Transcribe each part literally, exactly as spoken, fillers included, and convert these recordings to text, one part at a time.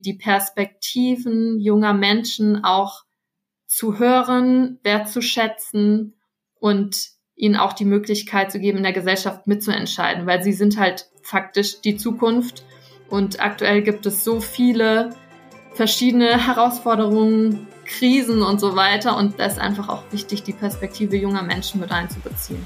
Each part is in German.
die Perspektiven junger Menschen auch zu hören, wertzuschätzen und ihnen auch die Möglichkeit zu geben, in der Gesellschaft mitzuentscheiden, weil sie sind halt faktisch die Zukunft. Und aktuell gibt es so viele verschiedene Herausforderungen, Krisen und so weiter. Und da ist einfach auch wichtig, die Perspektive junger Menschen mit einzubeziehen.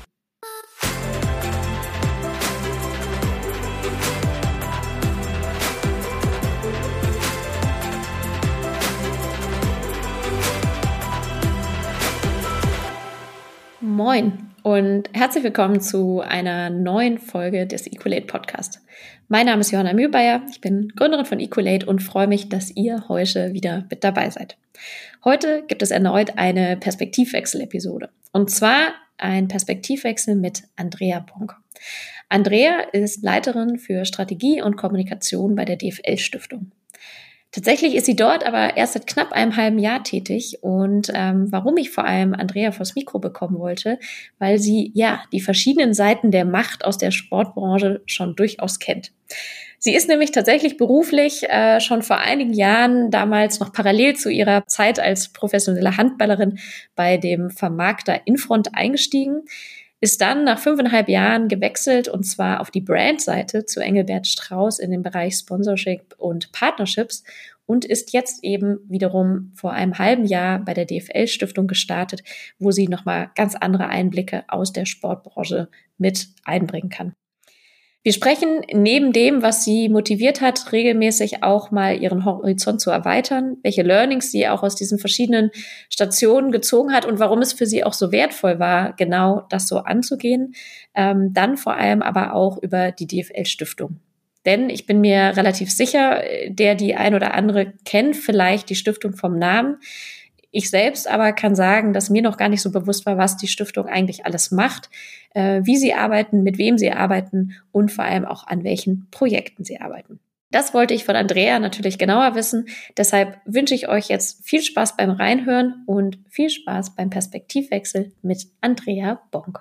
Moin und herzlich willkommen zu einer neuen Folge des Equalate Podcast. Mein Name ist Johanna Mühlbayer, ich bin Gründerin von Equalate und freue mich, dass ihr heute wieder mit dabei seid. Heute gibt es erneut eine Perspektivwechsel-Episode und zwar ein Perspektivwechsel mit Andrea Bonk. Andrea ist Leiterin für Strategie und Kommunikation bei der D F L-Stiftung. Tatsächlich ist sie dort aber erst seit knapp einem halben Jahr tätig und ähm, warum ich vor allem Andrea vors Mikro bekommen wollte, weil sie ja die verschiedenen Seiten der Macht aus der Sportbranche schon durchaus kennt. Sie ist nämlich tatsächlich beruflich äh, schon vor einigen Jahren, damals noch parallel zu ihrer Zeit als professionelle Handballerin bei dem Vermarkter Infront eingestiegen, ist dann nach fünfeinhalb Jahren gewechselt und zwar auf die Brandseite zu Engelbert Strauß in dem Bereich Sponsorship und Partnerships und ist jetzt eben wiederum vor einem halben Jahr bei der D F L-Stiftung gestartet, wo sie nochmal ganz andere Einblicke aus der Sportbranche mit einbringen kann. Wir sprechen neben dem, was sie motiviert hat, regelmäßig auch mal ihren Horizont zu erweitern, welche Learnings sie auch aus diesen verschiedenen Stationen gezogen hat und warum es für sie auch so wertvoll war, genau das so anzugehen. Ähm, dann vor allem aber auch über die D F L-Stiftung. Denn ich bin mir relativ sicher, der die ein oder andere kennt vielleicht die Stiftung vom Namen. Ich selbst aber kann sagen, dass mir noch gar nicht so bewusst war, was die Stiftung eigentlich alles macht, äh, wie sie arbeiten, mit wem sie arbeiten und vor allem auch an welchen Projekten sie arbeiten. Das wollte ich von Andrea natürlich genauer wissen. Deshalb wünsche ich euch jetzt viel Spaß beim Reinhören und viel Spaß beim Perspektivwechsel mit Andrea Bonk.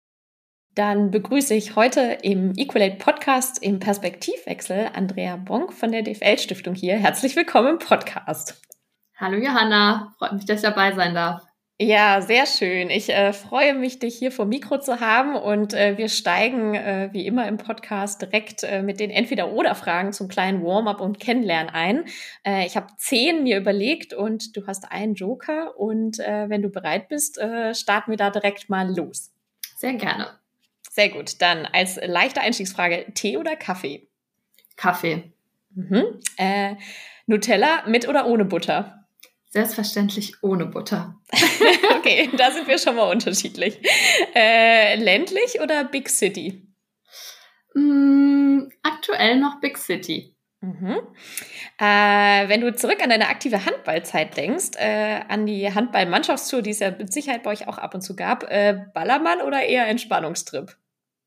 Dann begrüße ich heute im Equalate Podcast im Perspektivwechsel Andrea Bonk von der D F L-Stiftung hier. Herzlich willkommen im Podcast. Hallo Johanna, freut mich, dass ich dabei sein darf. Ja, sehr schön. Ich äh, freue mich, dich hier vor Mikro zu haben und äh, wir steigen äh, wie immer im Podcast direkt äh, mit den Entweder-oder-Fragen zum kleinen Warm-up und Kennenlernen ein. Äh, ich habe zehn mir überlegt und du hast einen Joker und äh, wenn du bereit bist, äh, starten wir da direkt mal los. Sehr gerne. Sehr gut. Dann als leichte Einstiegsfrage, Tee oder Kaffee? Kaffee. Mhm. Äh, Nutella mit oder ohne Butter? Selbstverständlich ohne Butter. Okay, da sind wir schon mal unterschiedlich. Äh, ländlich oder Big City? Mm, aktuell noch Big City. Mhm. Äh, wenn du zurück an deine aktive Handballzeit denkst, äh, an die Handball-Mannschaftstour, die es ja mit Sicherheit bei euch auch ab und zu gab, äh, Ballermann oder eher Entspannungstrip?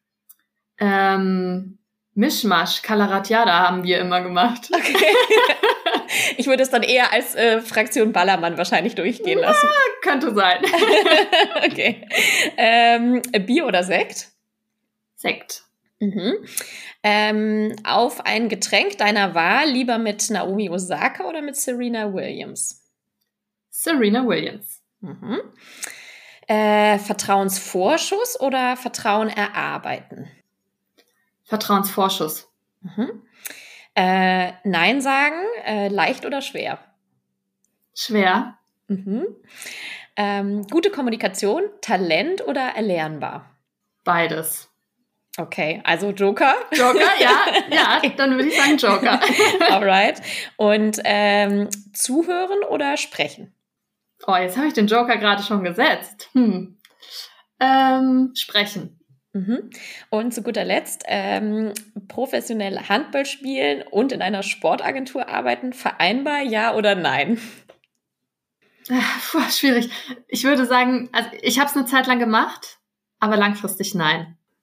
Ähm, Mischmasch, Kalaratjada haben wir immer gemacht. Okay. Ich würde es dann eher als äh, Fraktion Ballermann wahrscheinlich durchgehen lassen. Ja, könnte sein. Okay. Ähm, Bier oder Sekt? Sekt. Mhm. Ähm, auf ein Getränk deiner Wahl lieber mit Naomi Osaka oder mit Serena Williams? Serena Williams. Mhm. Äh, Vertrauensvorschuss oder Vertrauen erarbeiten? Vertrauensvorschuss. Mhm. Äh, Nein sagen, äh, leicht oder schwer? Schwer. Mhm. Ähm, gute Kommunikation, Talent oder erlernbar? Beides. Okay, also Joker. Joker, ja, ja, dann würde ich sagen Joker. Alright. Und ähm, zuhören oder sprechen? Oh, jetzt habe ich den Joker gerade schon gesetzt. Hm. Ähm, sprechen. Mhm. Und zu guter Letzt, ähm, professionell Handball spielen und in einer Sportagentur arbeiten, vereinbar, ja oder nein? Puh, schwierig. Ich würde sagen, also ich habe es eine Zeit lang gemacht, aber langfristig nein.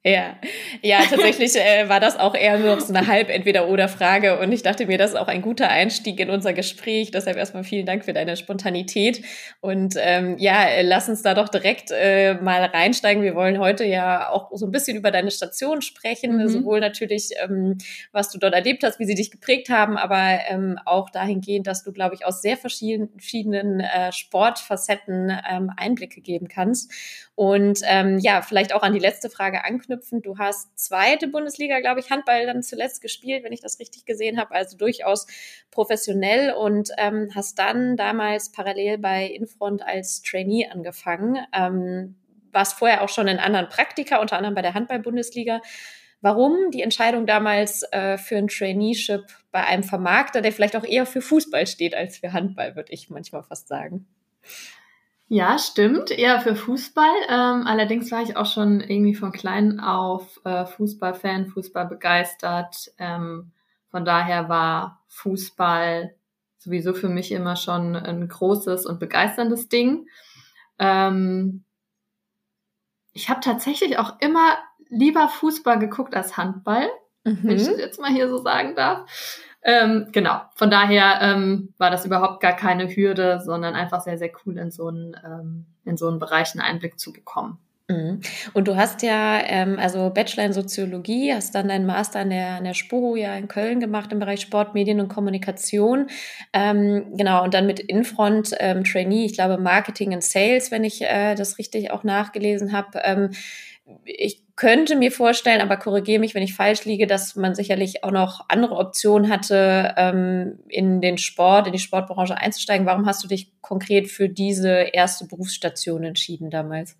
Ja, ja, tatsächlich äh, war das auch eher nur noch so eine halb Entweder-oder-Frage und ich dachte mir, das ist auch ein guter Einstieg in unser Gespräch. Deshalb erstmal vielen Dank für deine Spontanität und ähm, ja, lass uns da doch direkt äh, mal reinsteigen. Wir wollen heute ja auch so ein bisschen über deine Station sprechen, Mhm. sowohl natürlich, ähm, was du dort erlebt hast, wie sie dich geprägt haben, aber ähm, auch dahingehend, dass du, glaube ich, aus sehr verschiedenen, verschiedenen äh, Sportfacetten ähm, Einblicke geben kannst. Und ähm, ja, vielleicht auch an die letzte Frage anknüpfend. Du hast zweite Bundesliga, glaube ich, Handball dann zuletzt gespielt, wenn ich das richtig gesehen habe, also durchaus professionell und ähm, hast dann damals parallel bei Infront als Trainee angefangen, ähm, warst vorher auch schon in anderen Praktika, unter anderem bei der Handball-Bundesliga. Warum die Entscheidung damals äh, für ein Traineeship bei einem Vermarkter, der vielleicht auch eher für Fußball steht als für Handball, würde ich manchmal fast sagen? Ja, stimmt, eher für Fußball. Ähm, allerdings war ich auch schon irgendwie von klein auf äh, Fußballfan, Fußball begeistert. Ähm, von daher war Fußball sowieso für mich immer schon ein großes und begeisterndes Ding. Ähm, ich habe tatsächlich auch immer lieber Fußball geguckt als Handball, mhm. wenn ich das jetzt mal hier so sagen darf. Ähm, genau, von daher ähm, war das überhaupt gar keine Hürde, sondern einfach sehr, sehr cool, in so einen, ähm, in so einen Bereich einen Einblick zu bekommen. Und du hast ja, ähm, also Bachelor in Soziologie, hast dann deinen Master an der, an der SPOHO ja in Köln gemacht im Bereich Sport, Medien und Kommunikation. Ähm, genau, und dann mit Infront ähm, Trainee, ich glaube Marketing and Sales, wenn ich äh, das richtig auch nachgelesen habe. Ähm, ich könnte mir vorstellen, aber korrigiere mich, wenn ich falsch liege, dass man sicherlich auch noch andere Optionen hatte, ähm, in den Sport, in die Sportbranche einzusteigen. Warum hast du dich konkret für diese erste Berufsstation entschieden damals?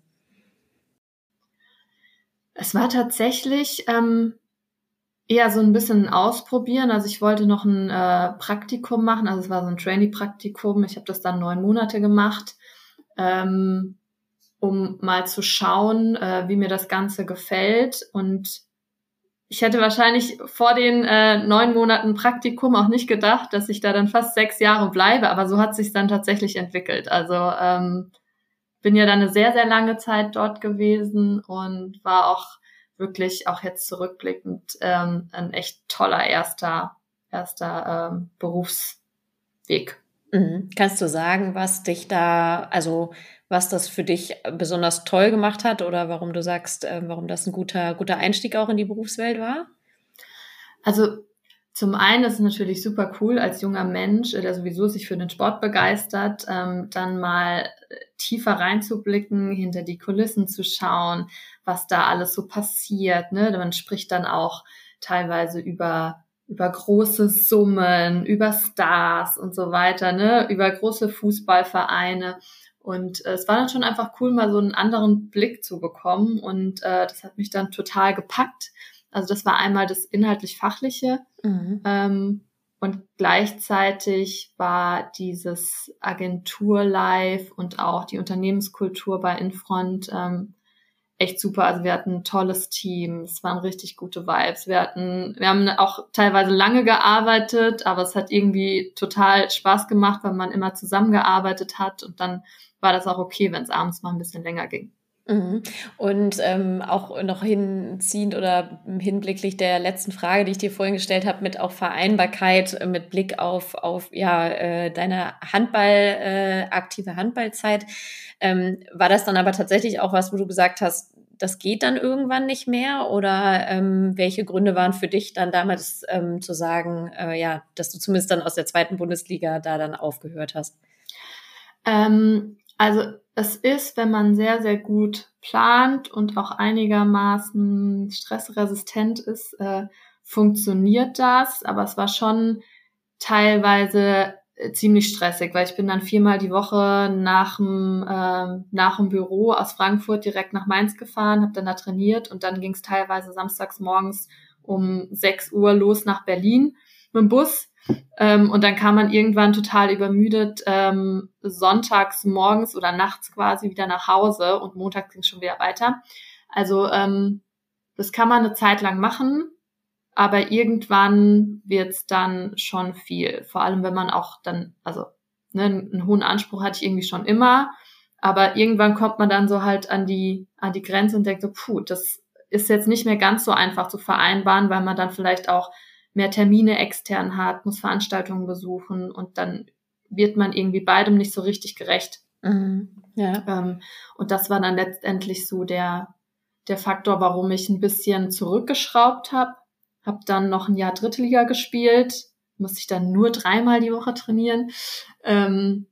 Es war tatsächlich ähm, eher so ein bisschen Ausprobieren. Also ich wollte noch ein äh, Praktikum machen, also es war so ein Trainee-Praktikum. Ich habe das dann neun Monate gemacht, ähm, um mal zu schauen, äh, wie mir das Ganze gefällt. Und ich hätte wahrscheinlich vor den äh, neun Monaten Praktikum auch nicht gedacht, dass ich da dann fast sechs Jahre bleibe, aber so hat sich's dann tatsächlich entwickelt. Also ähm, bin ja dann eine sehr, sehr lange Zeit dort gewesen und war auch wirklich, auch jetzt zurückblickend, ähm, ein echt toller erster, erster ähm, Berufsweg. Mhm. Kannst du sagen, was dich da, also was das für dich besonders toll gemacht hat oder warum du sagst, äh, warum das ein guter, guter Einstieg auch in die Berufswelt war? Also zum einen ist es natürlich super cool, als junger Mensch, der sowieso sich für den Sport begeistert, ähm, dann mal tiefer reinzublicken, hinter die Kulissen zu schauen, was da alles so passiert. Ne? Man spricht dann auch teilweise über über große Summen, über Stars und so weiter, ne, über große Fußballvereine. Und äh, es war dann schon einfach cool, mal so einen anderen Blick zu bekommen. Und äh, das hat mich dann total gepackt. Also das war einmal das inhaltlich-fachliche. Mhm. Ähm, und gleichzeitig war dieses Agentur-Life und auch die Unternehmenskultur bei Infront ähm, echt super. Also wir hatten ein tolles Team, es waren richtig gute Vibes. Wir hatten, wir haben auch teilweise lange gearbeitet, aber es hat irgendwie total Spaß gemacht, weil man immer zusammengearbeitet hat und dann war das auch okay, wenn es abends mal ein bisschen länger ging. Mhm. Und ähm, auch noch hinziehend oder hinblicklich der letzten Frage, die ich dir vorhin gestellt habe, mit auch Vereinbarkeit, mit Blick auf auf ja äh, deine Handball äh, aktive Handballzeit, ähm, war das dann aber tatsächlich auch was, wo du gesagt hast, das geht dann irgendwann nicht mehr? Oder ähm, welche Gründe waren für dich dann damals ähm, zu sagen, äh, ja, dass du zumindest dann aus der zweiten Bundesliga da dann aufgehört hast? Ähm, also es ist, wenn man sehr, sehr gut plant und auch einigermaßen stressresistent ist, äh, funktioniert das. Aber es war schon teilweise äh, ziemlich stressig, weil ich bin dann viermal die Woche nach dem, äh, nach dem Büro aus Frankfurt direkt nach Mainz gefahren, habe dann da trainiert und dann ging es teilweise samstags morgens um sechs Uhr los nach Berlin mit dem Bus. Ähm, und dann kam man irgendwann total übermüdet ähm, sonntags morgens oder nachts quasi wieder nach Hause und montags ging es schon wieder weiter. Also ähm, das kann man eine Zeit lang machen, aber irgendwann wird's dann schon viel. Vor allem, wenn man auch dann, also ne, einen hohen Anspruch hatte ich irgendwie schon immer, aber irgendwann kommt man dann so halt an die an die Grenze und denkt so, puh, das ist jetzt nicht mehr ganz so einfach zu vereinbaren, weil man dann vielleicht auch mehr Termine extern hat, muss Veranstaltungen besuchen und dann wird man irgendwie beidem nicht so richtig gerecht. Mhm. Ja. Ähm, und das war dann letztendlich so der, der Faktor, warum ich ein bisschen zurückgeschraubt habe. Habe dann noch ein Jahr Dritte Liga gespielt, musste ich dann nur dreimal die Woche trainieren. Ähm,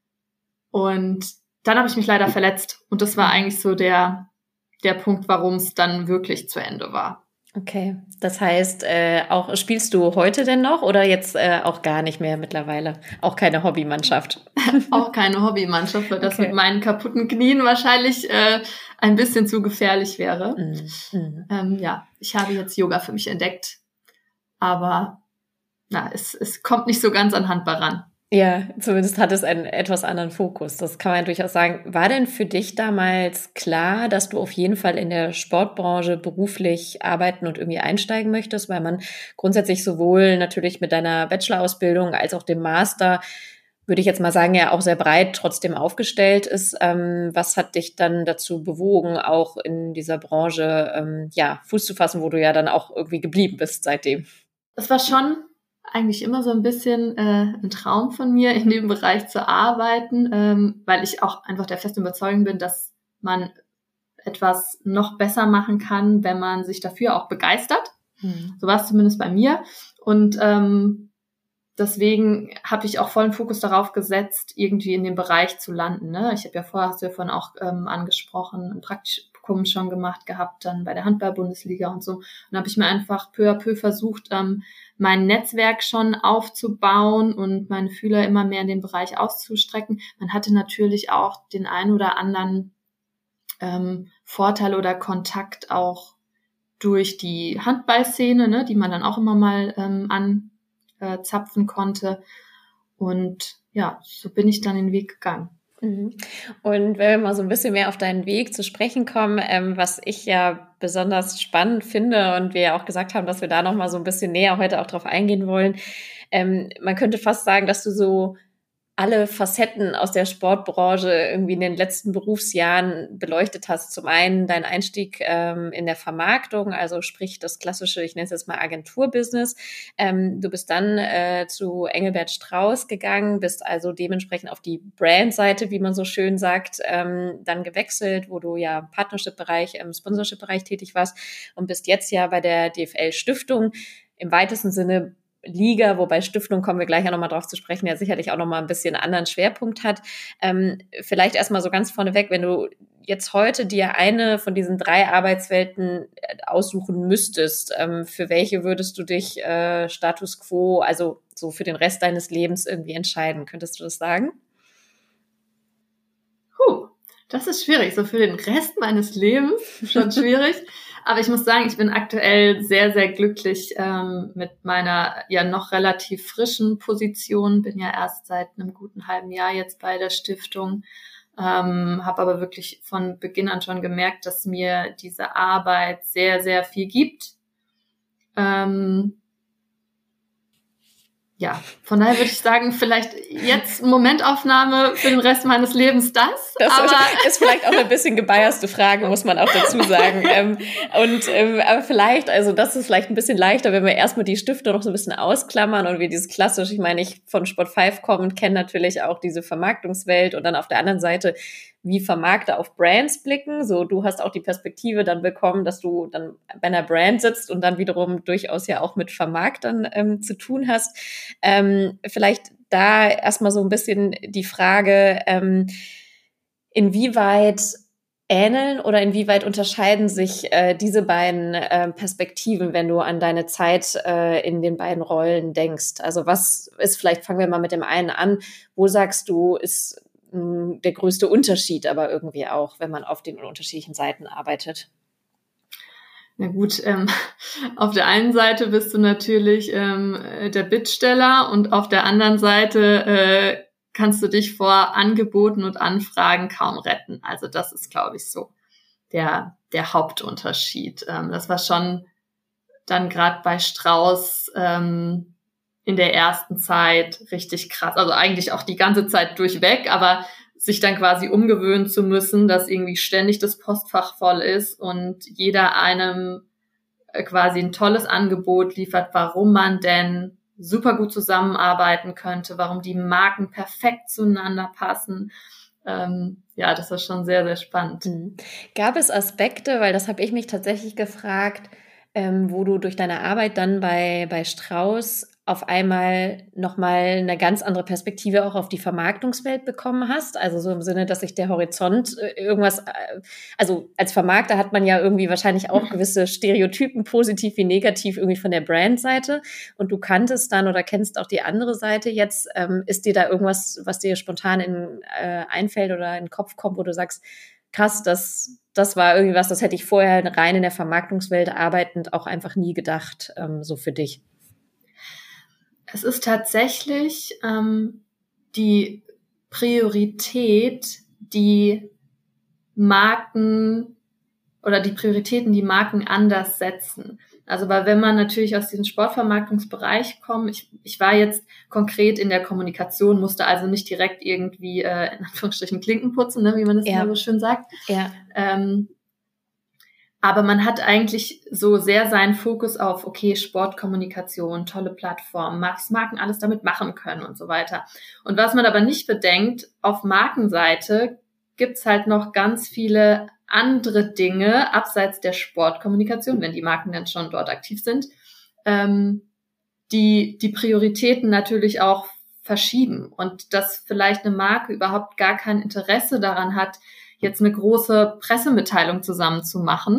und dann habe ich mich leider verletzt. Und das war eigentlich so der, der Punkt, warum es dann wirklich zu Ende war. Okay, das heißt, äh, auch spielst du heute denn noch oder jetzt äh, auch gar nicht mehr mittlerweile? Auch keine Hobbymannschaft? Auch keine Hobbymannschaft, weil das Okay. mit meinen kaputten Knien wahrscheinlich äh, ein bisschen zu gefährlich wäre. Mm, mm. Ähm, ja, ich habe jetzt Yoga für mich entdeckt, aber na, es, es kommt nicht so ganz an Handball ran. Ja, zumindest hat es einen etwas anderen Fokus. Das kann man durchaus sagen. War denn für dich damals klar, dass du auf jeden Fall in der Sportbranche beruflich arbeiten und irgendwie einsteigen möchtest? Weil man grundsätzlich sowohl natürlich mit deiner Bachelor-Ausbildung als auch dem Master, würde ich jetzt mal sagen, ja auch sehr breit trotzdem aufgestellt ist. Ähm, was hat dich dann dazu bewogen, auch in dieser Branche ähm, ja Fuß zu fassen, wo du ja dann auch irgendwie geblieben bist seitdem? Das war schon eigentlich immer so ein bisschen äh, ein Traum von mir, in dem Bereich zu arbeiten, ähm, weil ich auch einfach der festen Überzeugung bin, dass man etwas noch besser machen kann, wenn man sich dafür auch begeistert. Hm. So war es zumindest bei mir. Und ähm, deswegen habe ich auch vollen Fokus darauf gesetzt, irgendwie in dem Bereich zu landen. Ne? Ich habe ja vorher, hast du ja vorhin auch ähm, angesprochen, ein Praktikum schon gemacht gehabt, dann bei der Handball-Bundesliga und so. Und da habe ich mir einfach peu à peu versucht, ähm, mein Netzwerk schon aufzubauen und meine Fühler immer mehr in den Bereich auszustrecken. Man hatte natürlich auch den einen oder anderen ähm, Vorteil oder Kontakt auch durch die Handballszene, ne, die man dann auch immer mal ähm, anzapfen konnte. Und ja, so bin ich dann den Weg gegangen. Und wenn wir mal so ein bisschen mehr auf deinen Weg zu sprechen kommen, ähm, was ich ja besonders spannend finde und wir ja auch gesagt haben, dass wir da noch mal so ein bisschen näher heute auch drauf eingehen wollen, ähm, man könnte fast sagen, dass du so alle Facetten aus der Sportbranche irgendwie in den letzten Berufsjahren beleuchtet hast. Zum einen dein Einstieg ähm, in der Vermarktung, also sprich das klassische, ich nenne es jetzt mal Agenturbusiness. Ähm, du bist dann äh, zu Engelbert Strauß gegangen, bist also dementsprechend auf die Brandseite, wie man so schön sagt, ähm, dann gewechselt, wo du ja im Partnership-Bereich, im Sponsorship-Bereich tätig warst und bist jetzt ja bei der D F L-Stiftung im weitesten Sinne Liga, wobei Stiftung, kommen wir gleich ja nochmal drauf zu sprechen, ja sicherlich auch nochmal ein bisschen einen anderen Schwerpunkt hat. Ähm, vielleicht erstmal so ganz vorneweg, wenn du jetzt heute dir eine von diesen drei Arbeitswelten aussuchen müsstest, ähm, für welche würdest du dich äh, Status quo, also so für den Rest deines Lebens irgendwie entscheiden? Könntest du das sagen? Puh, das ist schwierig. So für den Rest meines Lebens schon schwierig. Aber ich muss sagen, ich bin aktuell sehr, sehr glücklich ähm, mit meiner ja noch relativ frischen Position. Bin ja erst seit einem guten halben Jahr jetzt bei der Stiftung. Ähm, habe aber wirklich von Beginn an schon gemerkt, dass mir diese Arbeit sehr, sehr viel gibt. Ähm, Ja, von daher würde ich sagen, vielleicht jetzt Momentaufnahme für den Rest meines Lebens das. Das aber ist vielleicht auch ein bisschen gebiaste Frage, muss man auch dazu sagen. ähm, und ähm, aber vielleicht, also das ist vielleicht ein bisschen leichter, wenn wir erstmal die Stifte noch so ein bisschen ausklammern und wir dieses klassisch, ich meine, ich von Sport fünf kommend kenne natürlich auch diese Vermarktungswelt und dann auf der anderen Seite, wie Vermarkter auf Brands blicken. So, du hast auch die Perspektive dann bekommen, dass du dann bei einer Brand sitzt und dann wiederum durchaus ja auch mit Vermarktern ähm, zu tun hast. Ähm, vielleicht da erstmal so ein bisschen die Frage, ähm, inwieweit ähneln oder inwieweit unterscheiden sich äh, diese beiden äh, Perspektiven, wenn du an deine Zeit äh, in den beiden Rollen denkst? Also was ist, vielleicht fangen wir mal mit dem einen an, wo sagst du, ist mh, der größte Unterschied aber irgendwie auch, wenn man auf den unterschiedlichen Seiten arbeitet? Na gut, ähm, auf der einen Seite bist du natürlich ähm, der Bittsteller und auf der anderen Seite äh, kannst du dich vor Angeboten und Anfragen kaum retten. Also das ist, glaube ich, so der der Hauptunterschied. Ähm, das war schon dann gerade bei Strauß ähm, in der ersten Zeit richtig krass. Also eigentlich auch die ganze Zeit durchweg, aber sich dann quasi umgewöhnen zu müssen, dass irgendwie ständig das Postfach voll ist und jeder einem quasi ein tolles Angebot liefert, warum man denn super gut zusammenarbeiten könnte, warum die Marken perfekt zueinander passen. Ähm, ja, das war schon sehr, sehr spannend. Mhm. Gab es Aspekte, weil das habe ich mich tatsächlich gefragt, ähm, wo du durch deine Arbeit dann bei, bei Strauß auf einmal nochmal eine ganz andere Perspektive auch auf die Vermarktungswelt bekommen hast? Also so im Sinne, dass sich der Horizont äh, irgendwas, äh, also als Vermarkter hat man ja irgendwie wahrscheinlich auch gewisse Stereotypen, positiv wie negativ, irgendwie von der Brandseite. Und du kanntest dann oder kennst auch die andere Seite jetzt. Ähm, ist dir da irgendwas, was dir spontan in, äh, einfällt oder in den Kopf kommt, wo du sagst, krass, das, das war irgendwie was, das hätte ich vorher rein in der Vermarktungswelt arbeitend auch einfach nie gedacht, ähm, so für dich? Es ist tatsächlich ähm, die Priorität, die Marken oder die Prioritäten, die Marken anders setzen. Also weil wenn man natürlich aus diesem Sportvermarktungsbereich kommt, ich, ich war jetzt konkret in der Kommunikation, musste also nicht direkt irgendwie äh, in Anführungsstrichen Klinken putzen, ne, wie man das Ja. immer so schön sagt. Ja. Ähm, aber man hat eigentlich so sehr seinen Fokus auf, okay, Sportkommunikation, tolle Plattform, was Marken alles damit machen können und so weiter. Und was man aber nicht bedenkt, auf Markenseite gibt's halt noch ganz viele andere Dinge, abseits der Sportkommunikation, wenn die Marken dann schon dort aktiv sind, ähm, die die Prioritäten natürlich auch verschieben. Und dass vielleicht eine Marke überhaupt gar kein Interesse daran hat, jetzt eine große Pressemitteilung zusammen zu machen.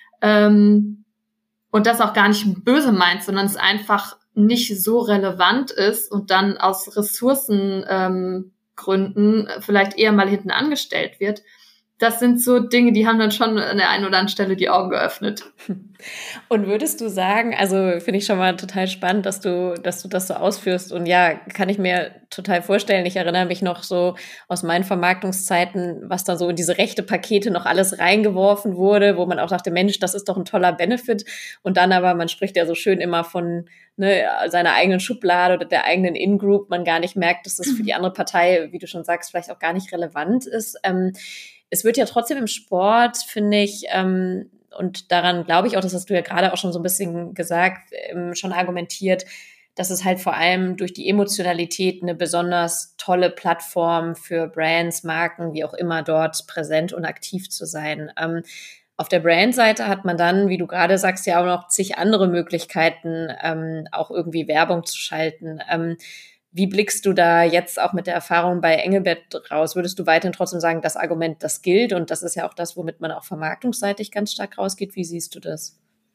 Ähm, und das auch gar nicht böse meint, sondern es einfach nicht so relevant ist und dann aus Ressourcengründen ähm, vielleicht eher mal hinten angestellt wird. Das sind so Dinge, die haben dann schon an der einen oder anderen Stelle die Augen geöffnet. Und würdest du sagen, also finde ich schon mal total spannend, dass du, dass du das so ausführst. Und ja, kann ich mir total vorstellen. Ich erinnere mich noch so aus meinen Vermarktungszeiten, was da so in diese rechte Pakete noch alles reingeworfen wurde, wo man auch dachte, Mensch, das ist doch ein toller Benefit. Und dann aber, man spricht ja so schön immer von ne, seiner eigenen Schublade oder der eigenen In-Group, man gar nicht merkt, dass das für die andere Partei, wie du schon sagst, vielleicht auch gar nicht relevant ist. Ähm, es wird ja trotzdem im Sport, finde ich, ähm, und daran glaube ich auch, das hast du ja gerade auch schon so ein bisschen gesagt, ähm, schon argumentiert, dass es halt vor allem durch die Emotionalität eine besonders tolle Plattform für Brands, Marken, wie auch immer dort präsent und aktiv zu sein. Ähm, auf der Brandseite hat man dann, wie du gerade sagst, ja auch noch zig andere Möglichkeiten, ähm, auch irgendwie Werbung zu schalten. Ähm, Wie blickst du da jetzt auch mit der Erfahrung bei Engelbert raus? Würdest du weiterhin trotzdem sagen, das Argument, das gilt und das ist ja auch das, womit man auch vermarktungsseitig ganz stark rausgeht? Wie siehst du das?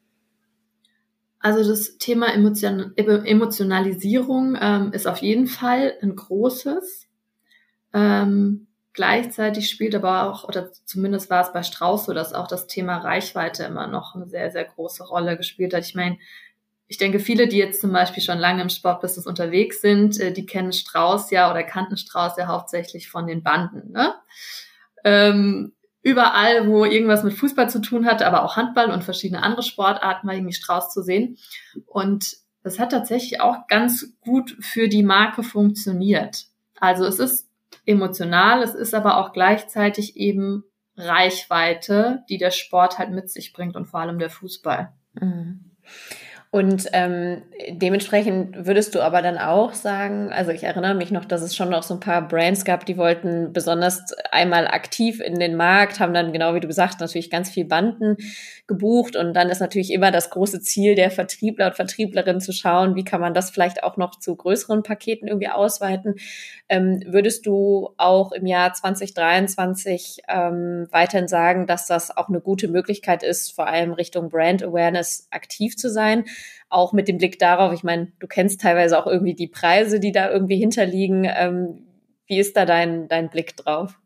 Also das Thema Emotion- Emotionalisierung ähm, ist auf jeden Fall ein großes. Ähm, gleichzeitig spielt aber auch, oder zumindest war es bei Strauß so, dass auch das Thema Reichweite immer noch eine sehr, sehr große Rolle gespielt hat. Ich meine, ich denke, viele, die jetzt zum Beispiel schon lange im Sportbusiness unterwegs sind, die kennen Strauß ja oder kannten Strauß ja hauptsächlich von den Banden. Ne? Ähm, überall, wo irgendwas mit Fußball zu tun hatte, aber auch Handball und verschiedene andere Sportarten, war irgendwie Strauß zu sehen. Und das hat tatsächlich auch ganz gut für die Marke funktioniert. Also es ist emotional, es ist aber auch gleichzeitig eben Reichweite, die der Sport halt mit sich bringt und vor allem der Fußball. Mhm. Und ähm, dementsprechend würdest du aber dann auch sagen, also ich erinnere mich noch, dass es schon noch so ein paar Brands gab, die wollten besonders einmal aktiv in den Markt, haben dann, genau wie du gesagt, natürlich ganz viel Banden gebucht und dann ist natürlich immer das große Ziel der Vertriebler und Vertrieblerinnen zu schauen, wie kann man das vielleicht auch noch zu größeren Paketen irgendwie ausweiten. Ähm, würdest du auch im Jahr zwanzig dreiundzwanzig ähm, weiterhin sagen, dass das auch eine gute Möglichkeit ist, vor allem Richtung Brand Awareness aktiv zu sein? Auch mit dem Blick darauf, ich meine, du kennst teilweise auch irgendwie die Preise, die da irgendwie hinterliegen. Ähm, wie ist da dein, dein Blick drauf?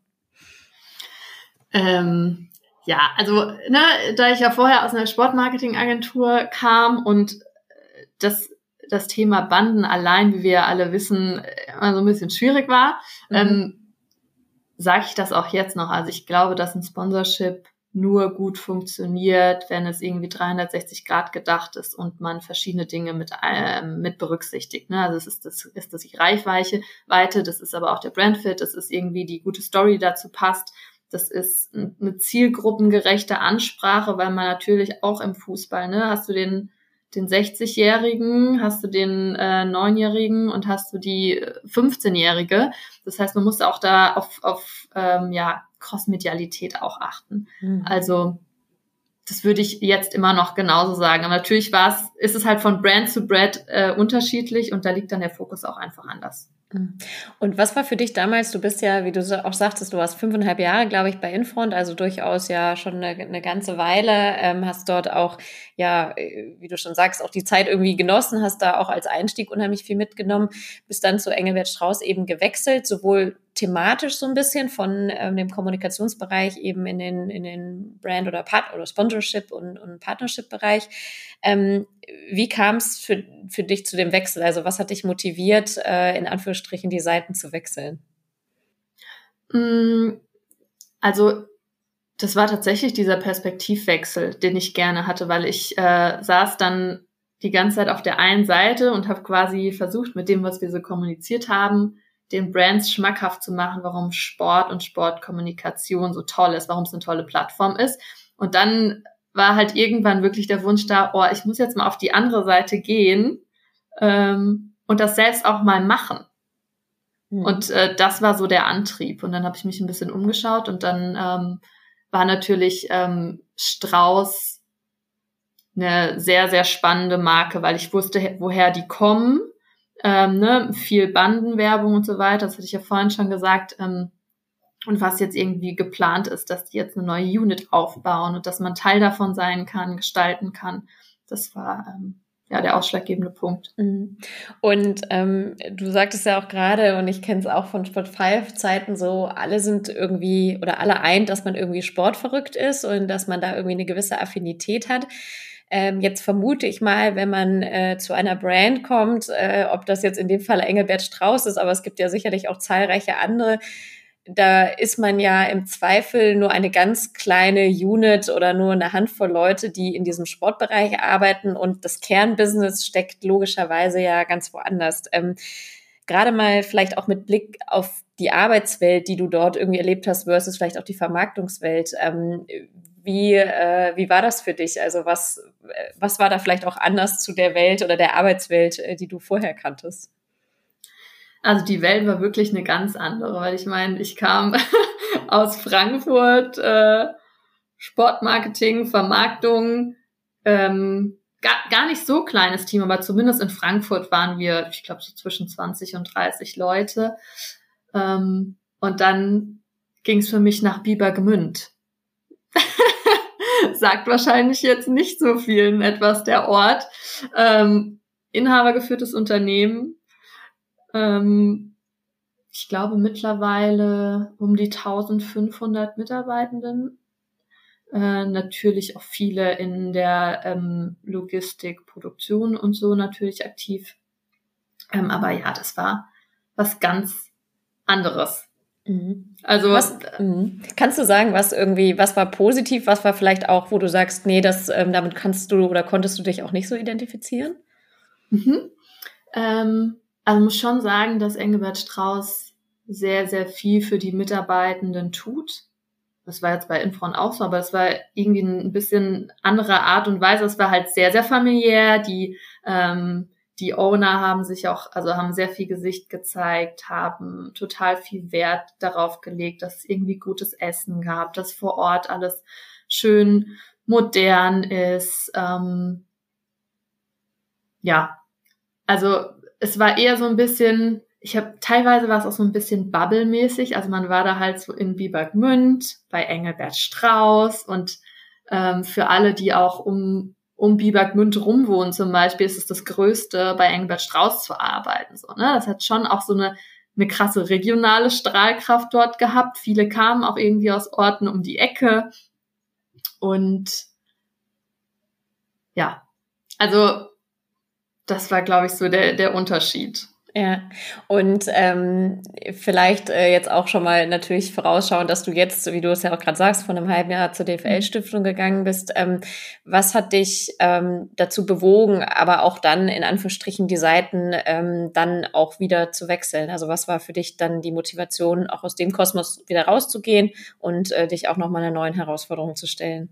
Ähm, ja, also ne, da ich ja vorher aus einer Sportmarketingagentur kam und das, das Thema Banden allein, wie wir ja alle wissen, immer so ein bisschen schwierig war, mhm. ähm, sage ich das auch jetzt noch. Also ich glaube, dass ein Sponsorship nur gut funktioniert, wenn es irgendwie dreihundertsechzig Grad gedacht ist und man verschiedene Dinge mit, ähm, mit berücksichtigt. Ne? Also es ist das, ist das die Reichweite, Weite, das ist aber auch der Brandfit, das ist irgendwie die gute Story, die dazu passt. Das ist eine zielgruppengerechte Ansprache, weil man natürlich auch im Fußball, ne, hast du den den sechzigjährigen, hast du den äh, neunjährigen und hast du die fünfzehnjährige. Das heißt, man muss auch da auf, auf ähm, ja, Crossmedialität auch achten. Mhm. Also das würde ich jetzt immer noch genauso sagen. Aber natürlich war es, ist es halt von Brand zu Brand äh, unterschiedlich und da liegt dann der Fokus auch einfach anders. Und was war für dich damals, du bist ja, wie du auch sagtest, du warst fünfeinhalb Jahre, glaube ich, bei Infront, also durchaus ja schon eine, eine ganze Weile, ähm, hast dort auch, ja, wie du schon sagst, auch die Zeit irgendwie genossen, hast da auch als Einstieg unheimlich viel mitgenommen, bist dann zu Engelbert Strauß eben gewechselt, sowohl thematisch so ein bisschen von ähm, dem Kommunikationsbereich eben in den in den Brand- oder Part- oder Sponsorship- und, und Partnership-Bereich. Ähm, wie kam es für, für dich zu dem Wechsel? Also was hat dich motiviert, äh, in Anführungsstrichen die Seiten zu wechseln? Also das war tatsächlich dieser Perspektivwechsel, den ich gerne hatte, weil ich äh, saß dann die ganze Zeit auf der einen Seite und habe quasi versucht, mit dem, was wir so kommuniziert haben, den Brands schmackhaft zu machen, warum Sport und Sportkommunikation so toll ist, warum es eine tolle Plattform ist. Und dann war halt irgendwann wirklich der Wunsch da, oh, ich muss jetzt mal auf die andere Seite gehen ähm, und das selbst auch mal machen. Mhm. Und äh, das war so der Antrieb. Und dann habe ich mich ein bisschen umgeschaut und dann ähm, war natürlich ähm, Strauß eine sehr, sehr spannende Marke, weil ich wusste, woher die kommen. Ähm, ne, viel Bandenwerbung und so weiter, das hatte ich ja vorhin schon gesagt, ähm, und was jetzt irgendwie geplant ist, dass die jetzt eine neue Unit aufbauen und dass man Teil davon sein kann, gestalten kann, das war ähm, ja der ausschlaggebende Punkt. Und ähm, du sagtest ja auch gerade, und ich kenne es auch von Sport fünf Zeiten so, alle sind irgendwie, oder alle eint, dass man irgendwie sportverrückt ist und dass man da irgendwie eine gewisse Affinität hat. Ähm, jetzt vermute ich mal, wenn man äh, zu einer Brand kommt, äh, ob das jetzt in dem Fall Engelbert Strauß ist, aber es gibt ja sicherlich auch zahlreiche andere, da ist man ja im Zweifel nur eine ganz kleine Unit oder nur eine Handvoll Leute, die in diesem Sportbereich arbeiten und das Kernbusiness steckt logischerweise ja ganz woanders. Ähm, gerade mal vielleicht auch mit Blick auf die Arbeitswelt, die du dort irgendwie erlebt hast, versus vielleicht auch die Vermarktungswelt. Ähm, Wie, äh, wie war das für dich? Also was, was war da vielleicht auch anders zu der Welt oder der Arbeitswelt, die du vorher kanntest? Also die Welt war wirklich eine ganz andere, weil ich meine, ich kam aus Frankfurt, äh, Sportmarketing, Vermarktung, ähm, gar, gar nicht so kleines Team, aber zumindest in Frankfurt waren wir, ich glaube, so zwischen zwanzig und dreißig Leute. Ähm, und dann ging es für mich nach Biebergmünd. Sagt wahrscheinlich jetzt nicht so vielen etwas der Ort. Ähm, inhabergeführtes Unternehmen. Ähm, ich glaube mittlerweile um die eintausendfünfhundert Mitarbeitenden. Äh, natürlich auch viele in der ähm, Logistik, Produktion und so natürlich aktiv. Ähm, aber ja, das war was ganz anderes. Mhm. Also was, mhm. Kannst du sagen, was irgendwie, was war positiv, was war vielleicht auch, wo du sagst, nee, das ähm, damit kannst du oder konntest du dich auch nicht so identifizieren? Mhm. Ähm, also muss schon sagen, dass Engelbert Strauß sehr, sehr viel für die Mitarbeitenden tut. Das war jetzt bei Infront auch so, aber es war irgendwie ein bisschen andere Art und Weise. Es war halt sehr, sehr familiär. Die ähm, die Owner haben sich auch, also haben sehr viel Gesicht gezeigt, haben total viel Wert darauf gelegt, dass es irgendwie gutes Essen gab, dass vor Ort alles schön modern ist. Ähm, ja, also es war eher so ein bisschen, ich habe teilweise war es auch so ein bisschen Bubble-mäßig, also man war da halt so in Biebergmünd bei Engelbert Strauß und ähm, für alle, die auch um um Biebergmünd rumwohnen zum Beispiel, ist es das Größte, bei Engelbert Strauß zu arbeiten. So, ne? Das hat schon auch so eine eine krasse regionale Strahlkraft dort gehabt. Viele kamen auch irgendwie aus Orten um die Ecke und ja, also das war, glaube ich, so der der Unterschied. Ja, und ähm, vielleicht äh, jetzt auch schon mal natürlich vorausschauen, dass du jetzt, wie du es ja auch gerade sagst, von einem halben Jahr zur D F L-Stiftung gegangen bist. Ähm, was hat dich ähm, dazu bewogen, aber auch dann in Anführungsstrichen die Seiten ähm, dann auch wieder zu wechseln? Also was war für dich dann die Motivation, auch aus dem Kosmos wieder rauszugehen und äh, dich auch nochmal einer neuen Herausforderung zu stellen?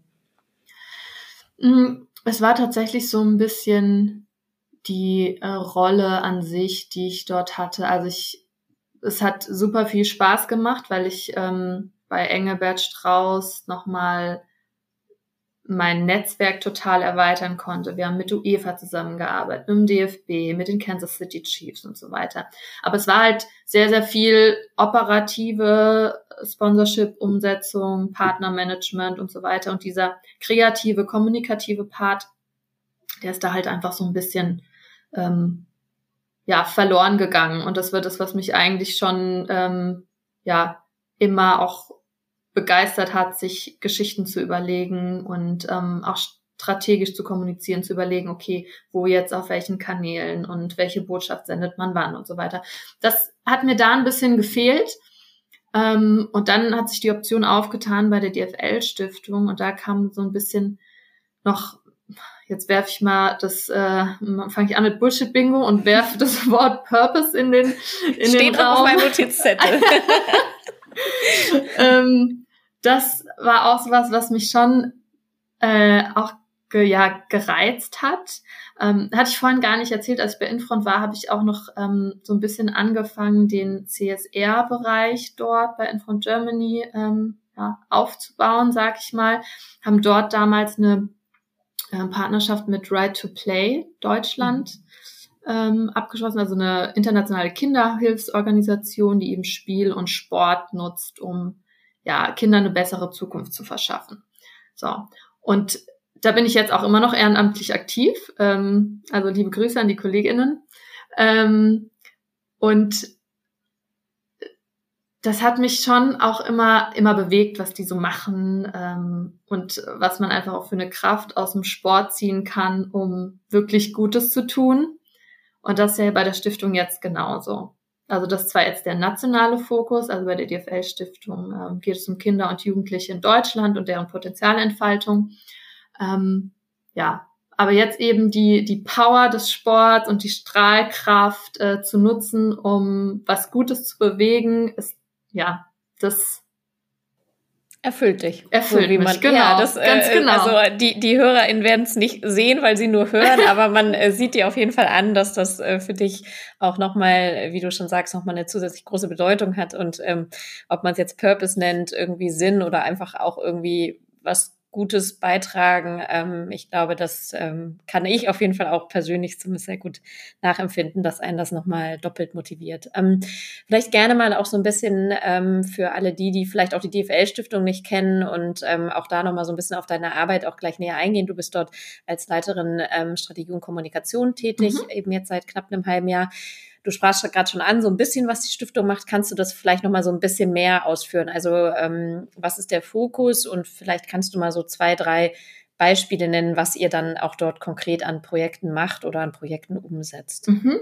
Es war tatsächlich so ein bisschen die äh, Rolle an sich, die ich dort hatte. Also ich, es hat super viel Spaß gemacht, weil ich ähm, bei Engelbert Strauß nochmal mein Netzwerk total erweitern konnte. Wir haben mit UEFA zusammengearbeitet, mit dem D F B, mit den Kansas City Chiefs und so weiter. Aber es war halt sehr, sehr viel operative Sponsorship-Umsetzung, Partnermanagement und so weiter. Und dieser kreative, kommunikative Part, der ist da halt einfach so ein bisschen ähm, ja verloren gegangen. Und das wird das, was mich eigentlich schon ähm, ja immer auch begeistert hat, sich Geschichten zu überlegen und ähm, auch strategisch zu kommunizieren, zu überlegen, okay, wo jetzt auf welchen Kanälen und welche Botschaft sendet man wann und so weiter. Das hat mir da ein bisschen gefehlt. Ähm, und dann hat sich die Option aufgetan bei der D F L-Stiftung und da kam so ein bisschen noch, jetzt werfe ich mal das, äh, fange ich an mit Bullshit-Bingo und werfe das Wort Purpose in den, in Steht den noch Raum. auf meinem Notizzettel. ähm, das war auch sowas, was mich schon äh, auch ge, ja, gereizt hat. Ähm, hatte ich vorhin gar nicht erzählt, als ich bei Infront war, habe ich auch noch ähm, so ein bisschen angefangen, den C S R-Bereich dort bei Infront Germany ähm, ja, aufzubauen, sag ich mal. Haben dort damals eine äh, Partnerschaft mit Right to Play Deutschland mhm. ähm, abgeschlossen, also eine internationale Kinderhilfsorganisation, die eben Spiel und Sport nutzt, um ja Kindern eine bessere Zukunft zu verschaffen. So, und da bin ich jetzt auch immer noch ehrenamtlich aktiv. Ähm, also liebe Grüße an die KollegInnen. Ähm, und das hat mich schon auch immer immer bewegt, was die so machen ähm, und was man einfach auch für eine Kraft aus dem Sport ziehen kann, um wirklich Gutes zu tun. Und das ist ja bei der Stiftung jetzt genauso. Also das ist zwar jetzt der nationale Fokus, also bei der D F L-Stiftung ähm, geht es um Kinder und Jugendliche in Deutschland und deren Potenzialentfaltung. Ähm, ja, aber jetzt eben die die Power des Sports und die Strahlkraft äh, zu nutzen, um was Gutes zu bewegen, ist ja das erfüllt dich. Erfüllt so wie mich, man, genau, ja, das, ganz äh, genau. Also die die HörerInnen werden es nicht sehen, weil sie nur hören, aber man äh, sieht dir auf jeden Fall an, dass das äh, für dich auch nochmal, wie du schon sagst, nochmal eine zusätzlich große Bedeutung hat und ähm, ob man es jetzt Purpose nennt, irgendwie Sinn oder einfach auch irgendwie was Gutes beitragen. Ähm, ich glaube, das ähm, kann ich auf jeden Fall auch persönlich zumindest sehr gut nachempfinden, dass einen das nochmal doppelt motiviert. Ähm, vielleicht gerne mal auch so ein bisschen ähm, für alle die, die vielleicht auch die D F L-Stiftung nicht kennen und ähm, auch da nochmal so ein bisschen auf deine Arbeit auch gleich näher eingehen. Du bist dort als Leiterin ähm, Strategie und Kommunikation tätig, mhm. eben jetzt seit knapp einem halben Jahr. Du sprachst gerade schon an, so ein bisschen, was die Stiftung macht. Kannst du das vielleicht noch mal so ein bisschen mehr ausführen? Also ähm, was ist der Fokus? Und vielleicht kannst du mal so zwei, drei Beispiele nennen, was ihr dann auch dort konkret an Projekten macht oder an Projekten umsetzt. Mhm.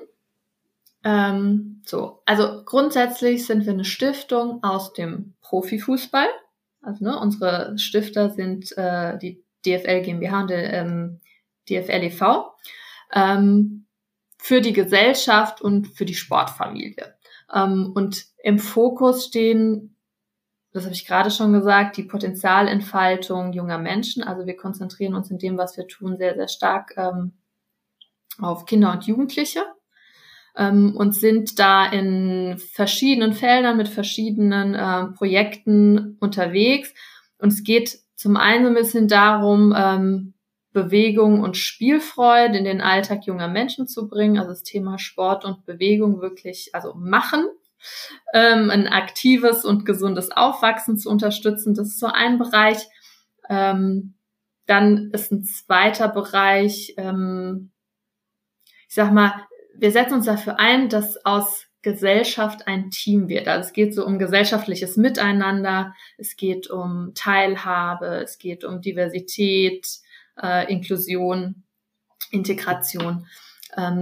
Ähm, so, also grundsätzlich sind wir eine Stiftung aus dem Profifußball. Also ne, unsere Stifter sind äh, die D F L GmbH und der ähm, D F L e V. Ähm, für die Gesellschaft und für die Sportfamilie. Ähm, und im Fokus stehen, das habe ich gerade schon gesagt, die Potenzialentfaltung junger Menschen. Also wir konzentrieren uns in dem, was wir tun, sehr, sehr stark ähm, auf Kinder und Jugendliche ähm, und sind da in verschiedenen Feldern mit verschiedenen äh, Projekten unterwegs. Und es geht zum einen so ein bisschen darum, ähm, Bewegung und Spielfreude in den Alltag junger Menschen zu bringen, also das Thema Sport und Bewegung wirklich, also machen, ähm, ein aktives und gesundes Aufwachsen zu unterstützen, das ist so ein Bereich. Ähm, dann ist ein zweiter Bereich, ähm, ich sag mal, wir setzen uns dafür ein, dass aus Gesellschaft ein Team wird. Also es geht so um gesellschaftliches Miteinander, es geht um Teilhabe, es geht um Diversität, Äh, Inklusion, Integration. Ähm,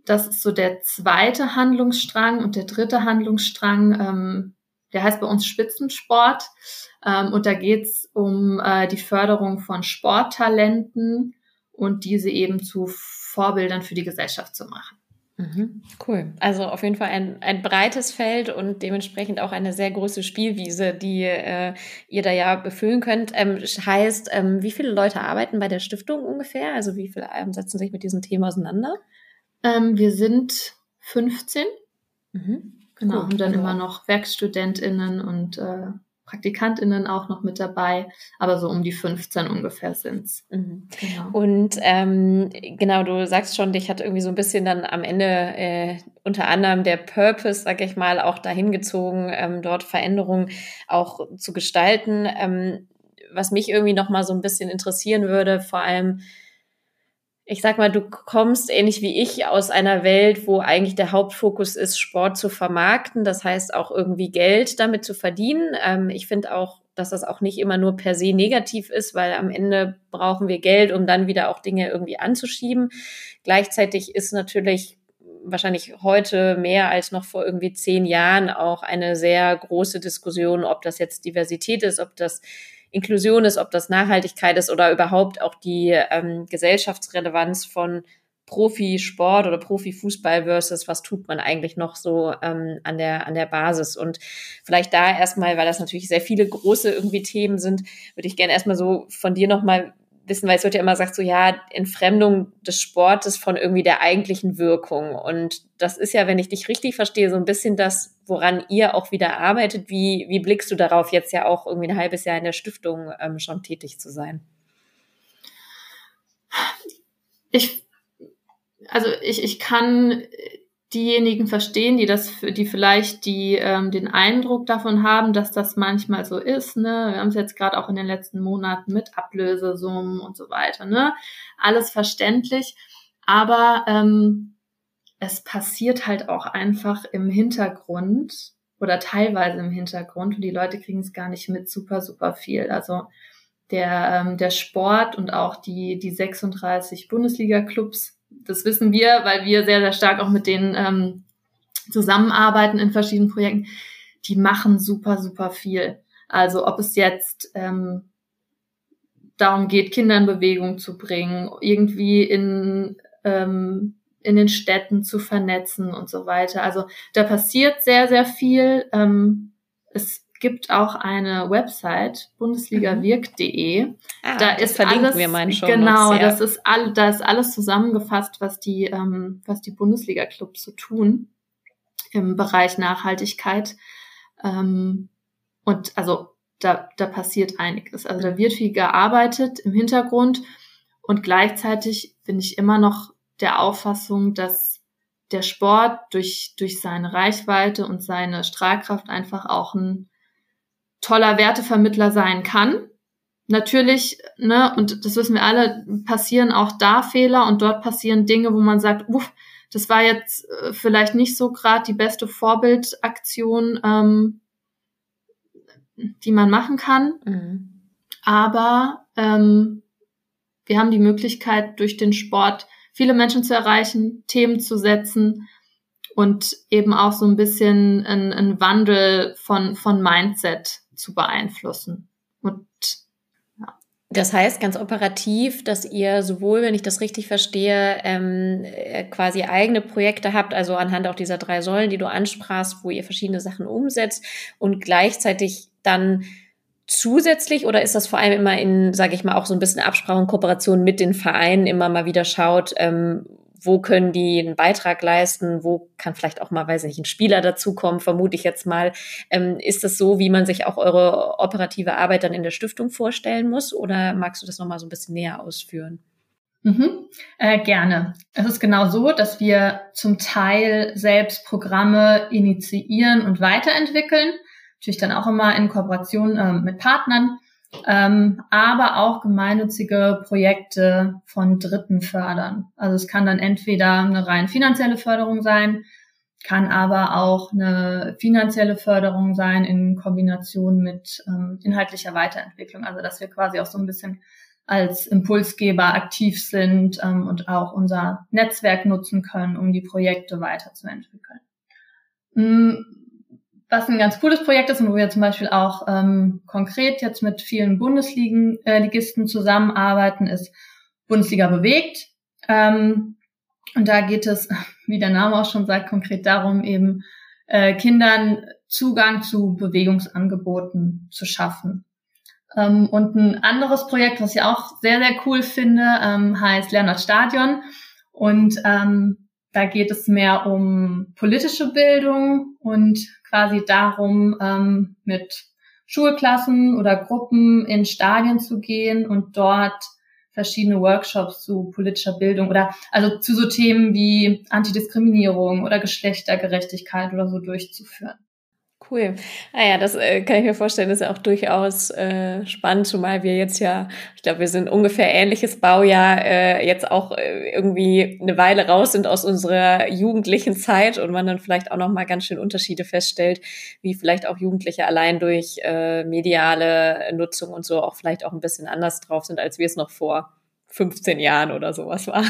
das ist so der zweite Handlungsstrang. Und der dritte Handlungsstrang, ähm, der heißt bei uns Spitzensport. Ähm, und da geht's um äh, die Förderung von Sporttalenten und diese eben zu Vorbildern für die Gesellschaft zu machen. Mhm, cool. Also auf jeden Fall ein, ein breites Feld und dementsprechend auch eine sehr große Spielwiese, die äh, ihr da ja befüllen könnt. Ähm, heißt, ähm, wie viele Leute arbeiten bei der Stiftung ungefähr? Also wie viele ähm, setzen sich mit diesem Thema auseinander? Ähm, wir sind fünfzehn. Mhm. Genau, Cool. haben dann Also immer noch WerkstudentInnen und äh, PraktikantInnen auch noch mit dabei, aber so um die fünfzehn ungefähr sind's. Mhm. Genau. Und ähm, genau, du sagst schon, dich hat irgendwie so ein bisschen dann am Ende äh, unter anderem der Purpose, sag ich mal, auch dahin gezogen, ähm, dort Veränderungen auch zu gestalten. Ähm, was mich irgendwie noch mal so ein bisschen interessieren würde, vor allem, ich sag mal, du kommst ähnlich wie ich aus einer Welt, wo eigentlich der Hauptfokus ist, Sport zu vermarkten. Das heißt auch irgendwie Geld damit zu verdienen. Ähm, ich finde auch, dass das auch nicht immer nur per se negativ ist, weil am Ende brauchen wir Geld, um dann wieder auch Dinge irgendwie anzuschieben. Gleichzeitig ist natürlich wahrscheinlich heute mehr als noch vor irgendwie zehn Jahren auch eine sehr große Diskussion, ob das jetzt Diversität ist, ob das Inklusion ist, ob das Nachhaltigkeit ist oder überhaupt auch die ähm, Gesellschaftsrelevanz von Profisport oder Profifußball versus was tut man eigentlich noch so ähm, an der an der Basis. Und vielleicht da erstmal, weil das natürlich sehr viele große irgendwie Themen sind, würde ich gerne erstmal so von dir nochmal wissen, weil es wird ja immer gesagt, so ja, Entfremdung des Sportes von irgendwie der eigentlichen Wirkung. Und das ist ja, wenn ich dich richtig verstehe, so ein bisschen das, woran ihr auch wieder arbeitet. Wie, wie blickst du darauf, jetzt ja auch irgendwie ein halbes Jahr in der Stiftung ähm, schon tätig zu sein? Ich, also ich, ich kann diejenigen verstehen, die das, die vielleicht die ähm, den Eindruck davon haben, dass das manchmal so ist. Ne, wir haben es jetzt gerade auch in den letzten Monaten mit Ablösesummen und so weiter. Ne, alles verständlich, aber ähm, es passiert halt auch einfach im Hintergrund oder teilweise im Hintergrund und die Leute kriegen es gar nicht mit, super super viel. Also der ähm, der Sport und auch die die sechsunddreißig Bundesliga-Clubs, das wissen wir, weil wir sehr, sehr stark auch mit denen ähm, zusammenarbeiten in verschiedenen Projekten, die machen super, super viel. Also ob es jetzt ähm, darum geht, Kinder in Bewegung zu bringen, irgendwie in, ähm, in den Städten zu vernetzen und so weiter. Also da passiert sehr, sehr viel. Ähm, es gibt auch eine Website, bundesligawirkt punkt de. Ah, da das ist verlinken alles, wir mal in Shownotes, genau, ja. das ist all, da ist alles zusammengefasst, was die, ähm, was die Bundesliga-Clubs so tun im Bereich Nachhaltigkeit. Ähm, und also da, da passiert einiges. Also da wird viel gearbeitet im Hintergrund und gleichzeitig bin ich immer noch der Auffassung, dass der Sport durch, durch seine Reichweite und seine Strahlkraft einfach auch ein toller Wertevermittler sein kann. Natürlich, ne, und das wissen wir alle, passieren auch da Fehler und dort passieren Dinge, wo man sagt, uff, das war jetzt äh, vielleicht nicht so gerade die beste Vorbildaktion, ähm, die man machen kann. Mhm. Aber ähm, wir haben die Möglichkeit, durch den Sport viele Menschen zu erreichen, Themen zu setzen und eben auch so ein bisschen einen, einen Wandel von, von Mindset zu beeinflussen. Und ja. Das heißt ganz operativ, dass ihr sowohl, wenn ich das richtig verstehe, ähm, quasi eigene Projekte habt, also anhand auch dieser drei Säulen, die du ansprachst, wo ihr verschiedene Sachen umsetzt und gleichzeitig dann zusätzlich, oder ist das vor allem immer in, sage ich mal, auch so ein bisschen Absprache und Kooperation mit den Vereinen immer mal wieder schaut, ähm, wo können die einen Beitrag leisten, wo kann vielleicht auch mal, weiß nicht, ein Spieler dazukommen, vermute ich jetzt mal. Ähm, ist das so, wie man sich auch eure operative Arbeit dann in der Stiftung vorstellen muss, oder magst du das nochmal so ein bisschen näher ausführen? Mhm, äh, gerne. Es ist genau so, dass wir zum Teil selbst Programme initiieren und weiterentwickeln, natürlich dann auch immer in Kooperation äh, mit Partnern, ähm, aber auch gemeinnützige Projekte von Dritten fördern. Also es kann dann entweder eine rein finanzielle Förderung sein, kann aber auch eine finanzielle Förderung sein in Kombination mit ähm, inhaltlicher Weiterentwicklung. Also dass wir quasi auch so ein bisschen als Impulsgeber aktiv sind ähm, und auch unser Netzwerk nutzen können, um die Projekte weiterzuentwickeln. Was ein ganz cooles Projekt ist und wo wir zum Beispiel auch ähm, konkret jetzt mit vielen Bundesligisten äh, zusammenarbeiten, ist Bundesliga bewegt. Ähm, und da geht es, wie der Name auch schon sagt, konkret darum, eben äh, Kindern Zugang zu Bewegungsangeboten zu schaffen. Ähm, und ein anderes Projekt, was ich auch sehr, sehr cool finde, ähm, heißt Lernort Stadion. Und ähm, da geht es mehr um politische Bildung und quasi darum, ähm, mit Schulklassen oder Gruppen in Stadien zu gehen und dort verschiedene Workshops zu politischer Bildung oder also zu so Themen wie Antidiskriminierung oder Geschlechtergerechtigkeit oder so durchzuführen. Cool. Ah ja, das äh, kann ich mir vorstellen, ist ja auch durchaus äh, spannend, zumal wir jetzt ja, ich glaube, wir sind ungefähr ähnliches Baujahr, äh, jetzt auch äh, irgendwie eine Weile raus sind aus unserer jugendlichen Zeit und man dann vielleicht auch noch mal ganz schön Unterschiede feststellt, wie vielleicht auch Jugendliche allein durch äh, mediale Nutzung und so auch vielleicht auch ein bisschen anders drauf sind, als wir es noch vor fünfzehn Jahren oder sowas waren.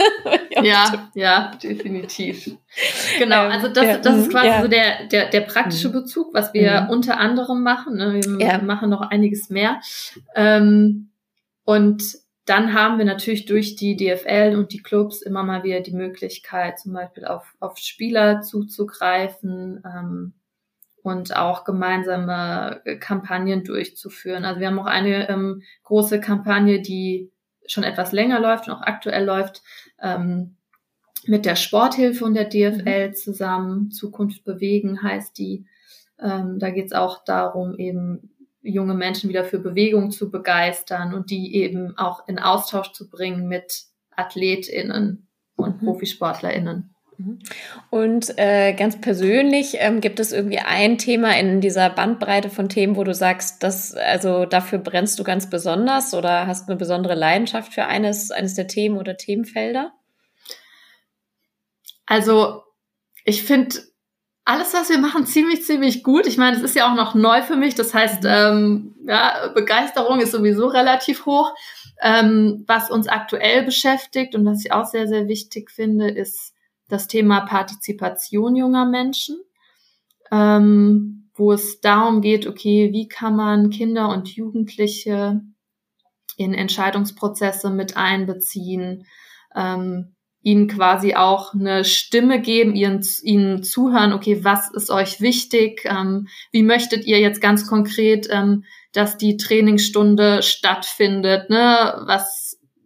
Ja, ja, definitiv. Genau, also das, ja, das ist quasi ja. so der, der, der praktische Bezug, was wir mhm. unter anderem machen. Ne? Wir ja. machen noch einiges mehr. Ähm, und dann haben wir natürlich durch die D F L und die Clubs immer mal wieder die Möglichkeit, zum Beispiel auf, auf Spieler zuzugreifen, ähm, und auch gemeinsame Kampagnen durchzuführen. Also wir haben auch eine ähm, große Kampagne, die schon etwas länger läuft und auch aktuell läuft, ähm, mit der Sporthilfe und der D F L zusammen. Zukunft bewegen heißt die. Ähm, da geht es auch darum, eben junge Menschen wieder für Bewegung zu begeistern und die eben auch in Austausch zu bringen mit AthletInnen und mhm. ProfisportlerInnen. Und äh, ganz persönlich, ähm, gibt es irgendwie ein Thema in dieser Bandbreite von Themen, wo du sagst, dass, also dafür brennst du ganz besonders oder hast eine besondere Leidenschaft für eines, eines der Themen oder Themenfelder? Also ich finde alles, was wir machen, ziemlich, ziemlich gut. Ich meine, es ist ja auch noch neu für mich. Das heißt, ähm, ja, Begeisterung ist sowieso relativ hoch. Ähm, was uns aktuell beschäftigt und was ich auch sehr, sehr wichtig finde, ist das Thema Partizipation junger Menschen, ähm, wo es darum geht, okay, wie kann man Kinder und Jugendliche in Entscheidungsprozesse mit einbeziehen, ähm, ihnen quasi auch eine Stimme geben, ihnen, ihnen zuhören, okay, was ist euch wichtig, ähm, wie möchtet ihr jetzt ganz konkret, ähm, dass die Trainingsstunde stattfindet, ne, was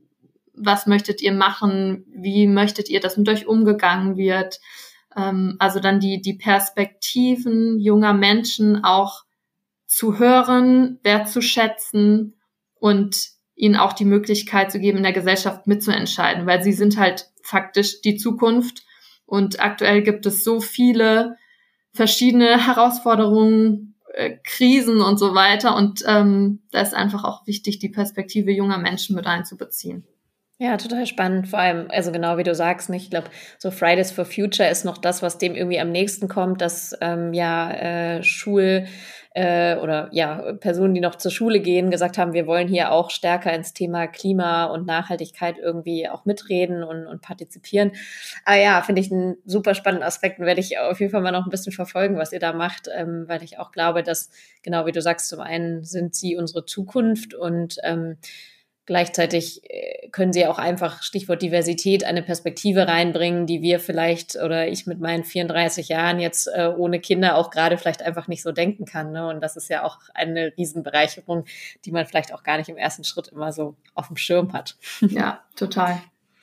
was möchtet ihr machen, wie möchtet ihr, dass mit euch umgegangen wird, ähm, also dann die die Perspektiven junger Menschen auch zu hören, wertzuschätzen und ihnen auch die Möglichkeit zu geben, in der Gesellschaft mitzuentscheiden, weil sie sind halt faktisch die Zukunft und aktuell gibt es so viele verschiedene Herausforderungen, äh, Krisen und so weiter und ähm, da ist einfach auch wichtig, die Perspektive junger Menschen mit einzubeziehen. Ja, total spannend. Vor allem, also genau wie du sagst, nicht? Ich glaube, so Fridays for Future ist noch das, was dem irgendwie am nächsten kommt, dass ähm, ja äh, Schul äh, oder ja Personen, die noch zur Schule gehen, gesagt haben, wir wollen hier auch stärker ins Thema Klima und Nachhaltigkeit irgendwie auch mitreden und, und partizipieren. Aber ja, finde ich einen super spannenden Aspekt und werde ich auf jeden Fall mal noch ein bisschen verfolgen, was ihr da macht, ähm, weil ich auch glaube, dass, genau wie du sagst, zum einen sind sie unsere Zukunft und ähm, gleichzeitig können sie auch einfach, Stichwort Diversität, eine Perspektive reinbringen, die wir vielleicht oder ich mit meinen vierunddreißig Jahren jetzt äh, ohne Kinder auch gerade vielleicht einfach nicht so denken kann. Ne? Und das ist ja auch eine Riesenbereicherung, die man vielleicht auch gar nicht im ersten Schritt immer so auf dem Schirm hat. Ja, total.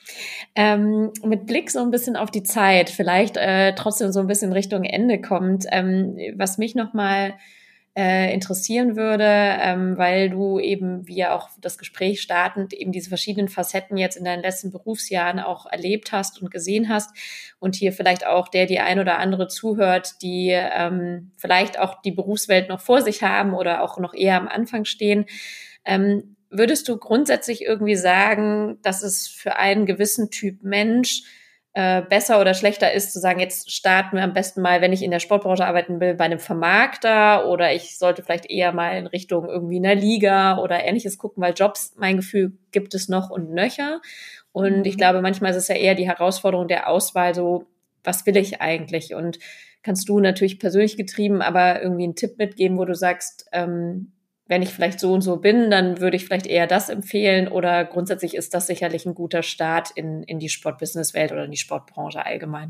Ähm, mit Blick so ein bisschen auf die Zeit, vielleicht äh, trotzdem so ein bisschen Richtung Ende kommt, ähm, was mich nochmal Äh, interessieren würde, ähm, weil du eben, wie ja auch das Gespräch startend, eben diese verschiedenen Facetten jetzt in deinen letzten Berufsjahren auch erlebt hast und gesehen hast und hier vielleicht auch der, die ein oder andere zuhört, die ähm, vielleicht auch die Berufswelt noch vor sich haben oder auch noch eher am Anfang stehen. Ähm, würdest du grundsätzlich irgendwie sagen, dass es für einen gewissen Typ Mensch äh, besser oder schlechter ist, zu sagen, jetzt starten wir am besten mal, wenn ich in der Sportbranche arbeiten will, bei einem Vermarkter, oder ich sollte vielleicht eher mal in Richtung irgendwie einer Liga oder Ähnliches gucken, weil Jobs, mein Gefühl, gibt es noch und nöcher. Und mhm. ich glaube, manchmal ist es ja eher die Herausforderung der Auswahl, so, was will ich eigentlich? Und kannst du natürlich persönlich getrieben, aber irgendwie einen Tipp mitgeben, wo du sagst, ähm, wenn ich vielleicht so und so bin, dann würde ich vielleicht eher das empfehlen, oder grundsätzlich ist das sicherlich ein guter Start in, in die Sportbusiness-Welt oder in die Sportbranche allgemein?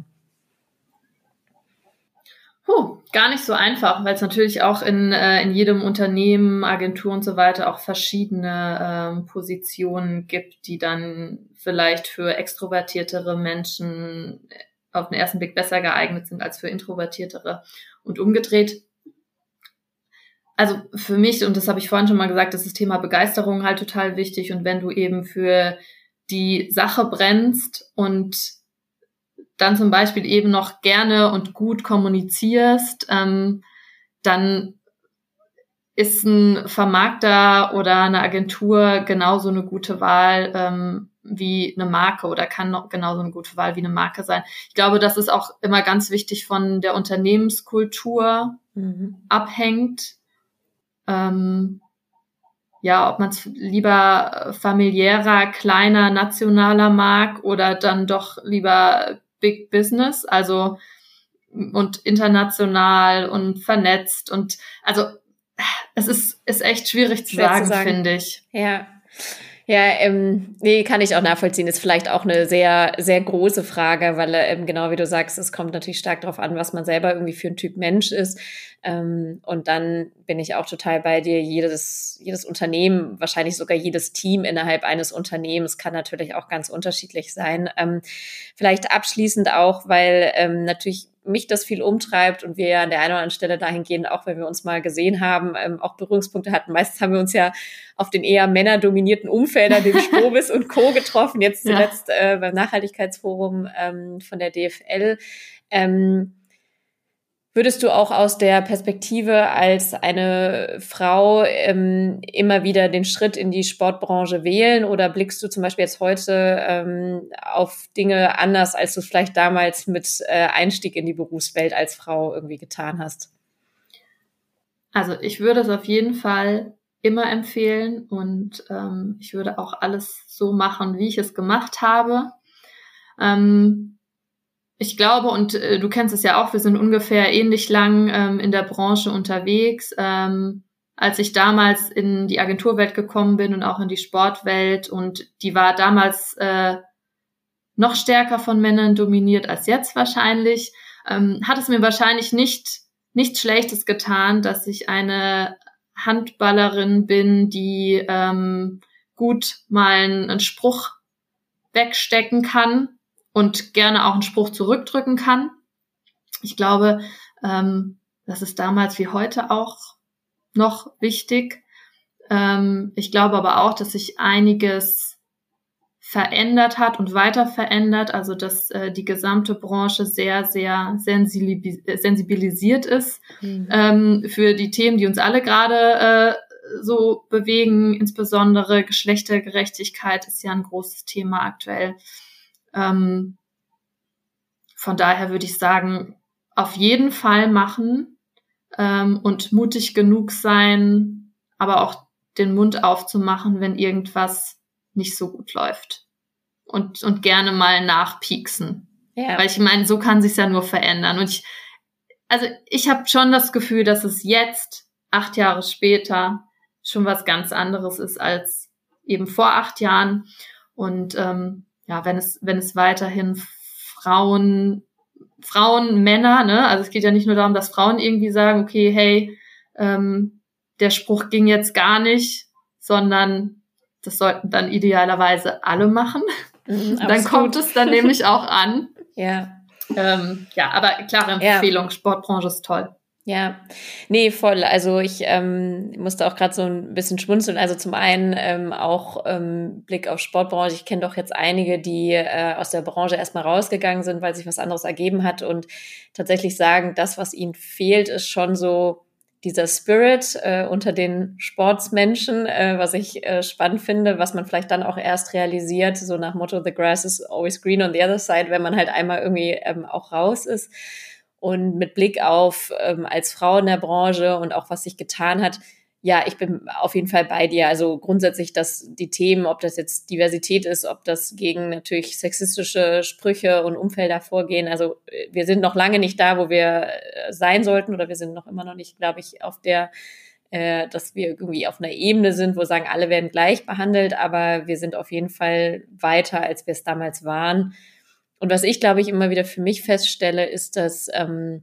Puh, gar nicht so einfach, weil es natürlich auch in, äh, in jedem Unternehmen, Agentur und so weiter auch verschiedene ähm, Positionen gibt, die dann vielleicht für extrovertiertere Menschen auf den ersten Blick besser geeignet sind als für introvertiertere und umgedreht. Also für mich, und das habe ich vorhin schon mal gesagt, ist das Thema Begeisterung halt total wichtig. Und wenn du eben für die Sache brennst und dann zum Beispiel eben noch gerne und gut kommunizierst, ähm, dann ist ein Vermarkter oder eine Agentur genauso eine gute Wahl ähm, wie eine Marke, oder kann noch genauso eine gute Wahl wie eine Marke sein. Ich glaube, das ist auch immer ganz wichtig von der Unternehmenskultur mhm. abhängt. Ähm, ja, ob man es lieber familiärer, kleiner, nationaler mag oder dann doch lieber Big Business, also und international und vernetzt, und also es ist, ist echt schwierig zu sagen, zu sagen, finde ich. Ja. Ja, ähm, nee, kann ich auch nachvollziehen. Ist vielleicht auch eine sehr, sehr große Frage, weil ähm, genau wie du sagst, es kommt natürlich stark darauf an, was man selber irgendwie für ein Typ Mensch ist. Ähm, und dann bin ich auch total bei dir. Jedes, jedes Unternehmen, wahrscheinlich sogar jedes Team innerhalb eines Unternehmens kann natürlich auch ganz unterschiedlich sein. Ähm, vielleicht abschließend auch, weil ähm, natürlich mich das viel umtreibt und wir ja an der einen oder anderen Stelle dahingehend, auch wenn wir uns mal gesehen haben, ähm, auch Berührungspunkte hatten. Meistens haben wir uns ja auf den eher männerdominierten Umfeldern, dem Strobis und Co. getroffen, jetzt zuletzt ja. äh, beim Nachhaltigkeitsforum ähm, von der D F L. Ähm, Würdest du auch aus der Perspektive als eine Frau ähm, immer wieder den Schritt in die Sportbranche wählen, oder blickst du zum Beispiel jetzt heute ähm, auf Dinge anders, als du es vielleicht damals mit äh, Einstieg in die Berufswelt als Frau irgendwie getan hast? Also ich würde es auf jeden Fall immer empfehlen, und ähm, ich würde auch alles so machen, wie ich es gemacht habe. Ähm, Ich glaube, und äh, du kennst es ja auch, wir sind ungefähr ähnlich lang ähm, in der Branche unterwegs. Ähm, als ich damals in die Agenturwelt gekommen bin und auch in die Sportwelt, und die war damals äh, noch stärker von Männern dominiert als jetzt wahrscheinlich, ähm, hat es mir wahrscheinlich nicht nichts Schlechtes getan, dass ich eine Handballerin bin, die ähm, gut mal einen, einen Spruch wegstecken kann und gerne auch einen Spruch zurückdrücken kann. Ich glaube, ähm, das ist damals wie heute auch noch wichtig. Ähm, ich glaube aber auch, dass sich einiges verändert hat und weiter verändert, also dass äh, die gesamte Branche sehr, sehr sensibilis- sensibilisiert ist mhm. ähm, für die Themen, die uns alle gerade äh, so bewegen. Insbesondere Geschlechtergerechtigkeit ist ja ein großes Thema aktuell. Ähm, von daher würde ich sagen, auf jeden Fall machen ähm, und mutig genug sein, aber auch den Mund aufzumachen, wenn irgendwas nicht so gut läuft. Und, und gerne mal nachpieksen. Ja. Weil ich meine, so kann sich's ja nur verändern. Und ich, also ich habe schon das Gefühl, dass es jetzt, acht Jahre später, schon was ganz anderes ist als eben vor acht Jahren. Und ähm, ja, wenn es, wenn es weiterhin Frauen, Frauen, Männer, ne, also es geht ja nicht nur darum, dass Frauen irgendwie sagen, okay, hey, ähm, der Spruch ging jetzt gar nicht, sondern das sollten dann idealerweise alle machen. Mhm, dann kommt es dann nämlich auch an. Ja. Ähm, ja, aber klare Empfehlung, ja. Sportbranche ist toll. Ja, nee, voll. Also ich ähm, musste auch gerade so ein bisschen schmunzeln. Also zum einen ähm, auch ähm, Blick auf Sportbranche. Ich kenne doch jetzt einige, die äh, aus der Branche erstmal rausgegangen sind, weil sich was anderes ergeben hat und tatsächlich sagen, das, was ihnen fehlt, ist schon so dieser Spirit äh, unter den Sportsmenschen, äh, was ich äh, spannend finde, was man vielleicht dann auch erst realisiert, so nach Motto, the grass is always green on the other side, wenn man halt einmal irgendwie ähm, auch raus ist. Und mit Blick auf ähm, als Frau in der Branche und auch was sich getan hat, ja, ich bin auf jeden Fall bei dir. Also grundsätzlich, dass die Themen, ob das jetzt Diversität ist, ob das gegen natürlich sexistische Sprüche und Umfelder vorgehen. Also wir sind noch lange nicht da, wo wir sein sollten, oder wir sind noch immer noch nicht, glaube ich, auf der, äh, dass wir irgendwie auf einer Ebene sind, wo wir sagen, alle werden gleich behandelt, aber wir sind auf jeden Fall weiter, als wir es damals waren. Und was ich, glaube ich, immer wieder für mich feststelle, ist, dass ähm,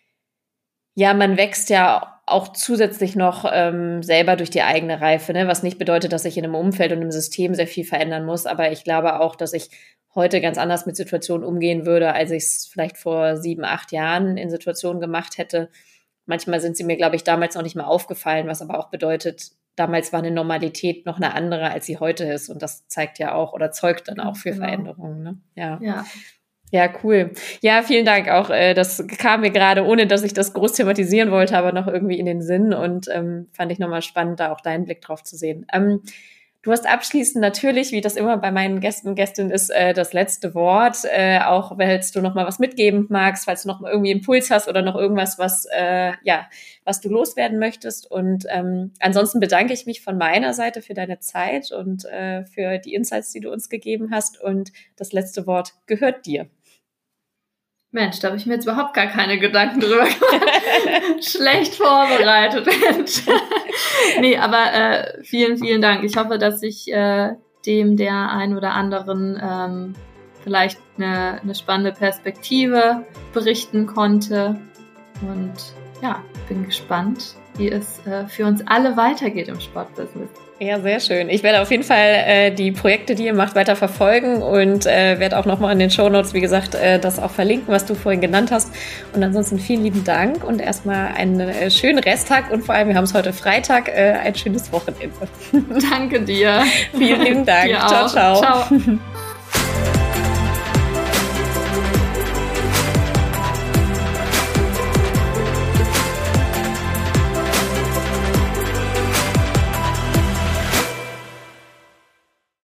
ja, man wächst ja auch zusätzlich noch ähm, selber durch die eigene Reife, ne? Was nicht bedeutet, dass ich in einem Umfeld und im System sehr viel verändern muss. Aber ich glaube auch, dass ich heute ganz anders mit Situationen umgehen würde, als ich es vielleicht vor sieben, acht Jahren in Situationen gemacht hätte. Manchmal sind sie mir, glaube ich, damals noch nicht mal aufgefallen, was aber auch bedeutet, damals war eine Normalität noch eine andere, als sie heute ist. Und das zeigt ja auch oder zeugt dann auch für genau. Veränderungen. Ne? Ja. ja. Ja, cool. Ja, vielen Dank auch. Äh, das kam mir gerade, ohne dass ich das groß thematisieren wollte, aber noch irgendwie in den Sinn und ähm, fand ich nochmal spannend, da auch deinen Blick drauf zu sehen. Ähm, du hast abschließend natürlich, wie das immer bei meinen Gästen und Gästinnen ist, äh, das letzte Wort. Äh, auch falls du nochmal was mitgeben magst, falls du noch mal irgendwie Impuls hast oder noch irgendwas, was äh, ja, was du loswerden möchtest. Und ähm, ansonsten bedanke ich mich von meiner Seite für deine Zeit und äh, für die Insights, die du uns gegeben hast. Und das letzte Wort gehört dir. Mensch, da habe ich mir jetzt überhaupt gar keine Gedanken drüber gemacht. Schlecht vorbereitet, Mensch. Nee, aber äh, vielen, vielen Dank. Ich hoffe, dass ich äh, dem der ein oder anderen ähm, vielleicht eine, eine spannende Perspektive berichten konnte. Und ja, bin gespannt, wie es äh, für uns alle weitergeht im Sportbusiness. Ja, sehr schön. Ich werde auf jeden Fall äh, die Projekte, die ihr macht, weiter verfolgen und äh, werde auch nochmal in den Shownotes, wie gesagt, äh, das auch verlinken, was du vorhin genannt hast. Und ansonsten vielen lieben Dank und erstmal einen äh, schönen Resttag und vor allem, wir haben es heute Freitag, äh, ein schönes Wochenende. Danke dir. Vielen lieben Dank. Dir ciao, auch. ciao. Ciao.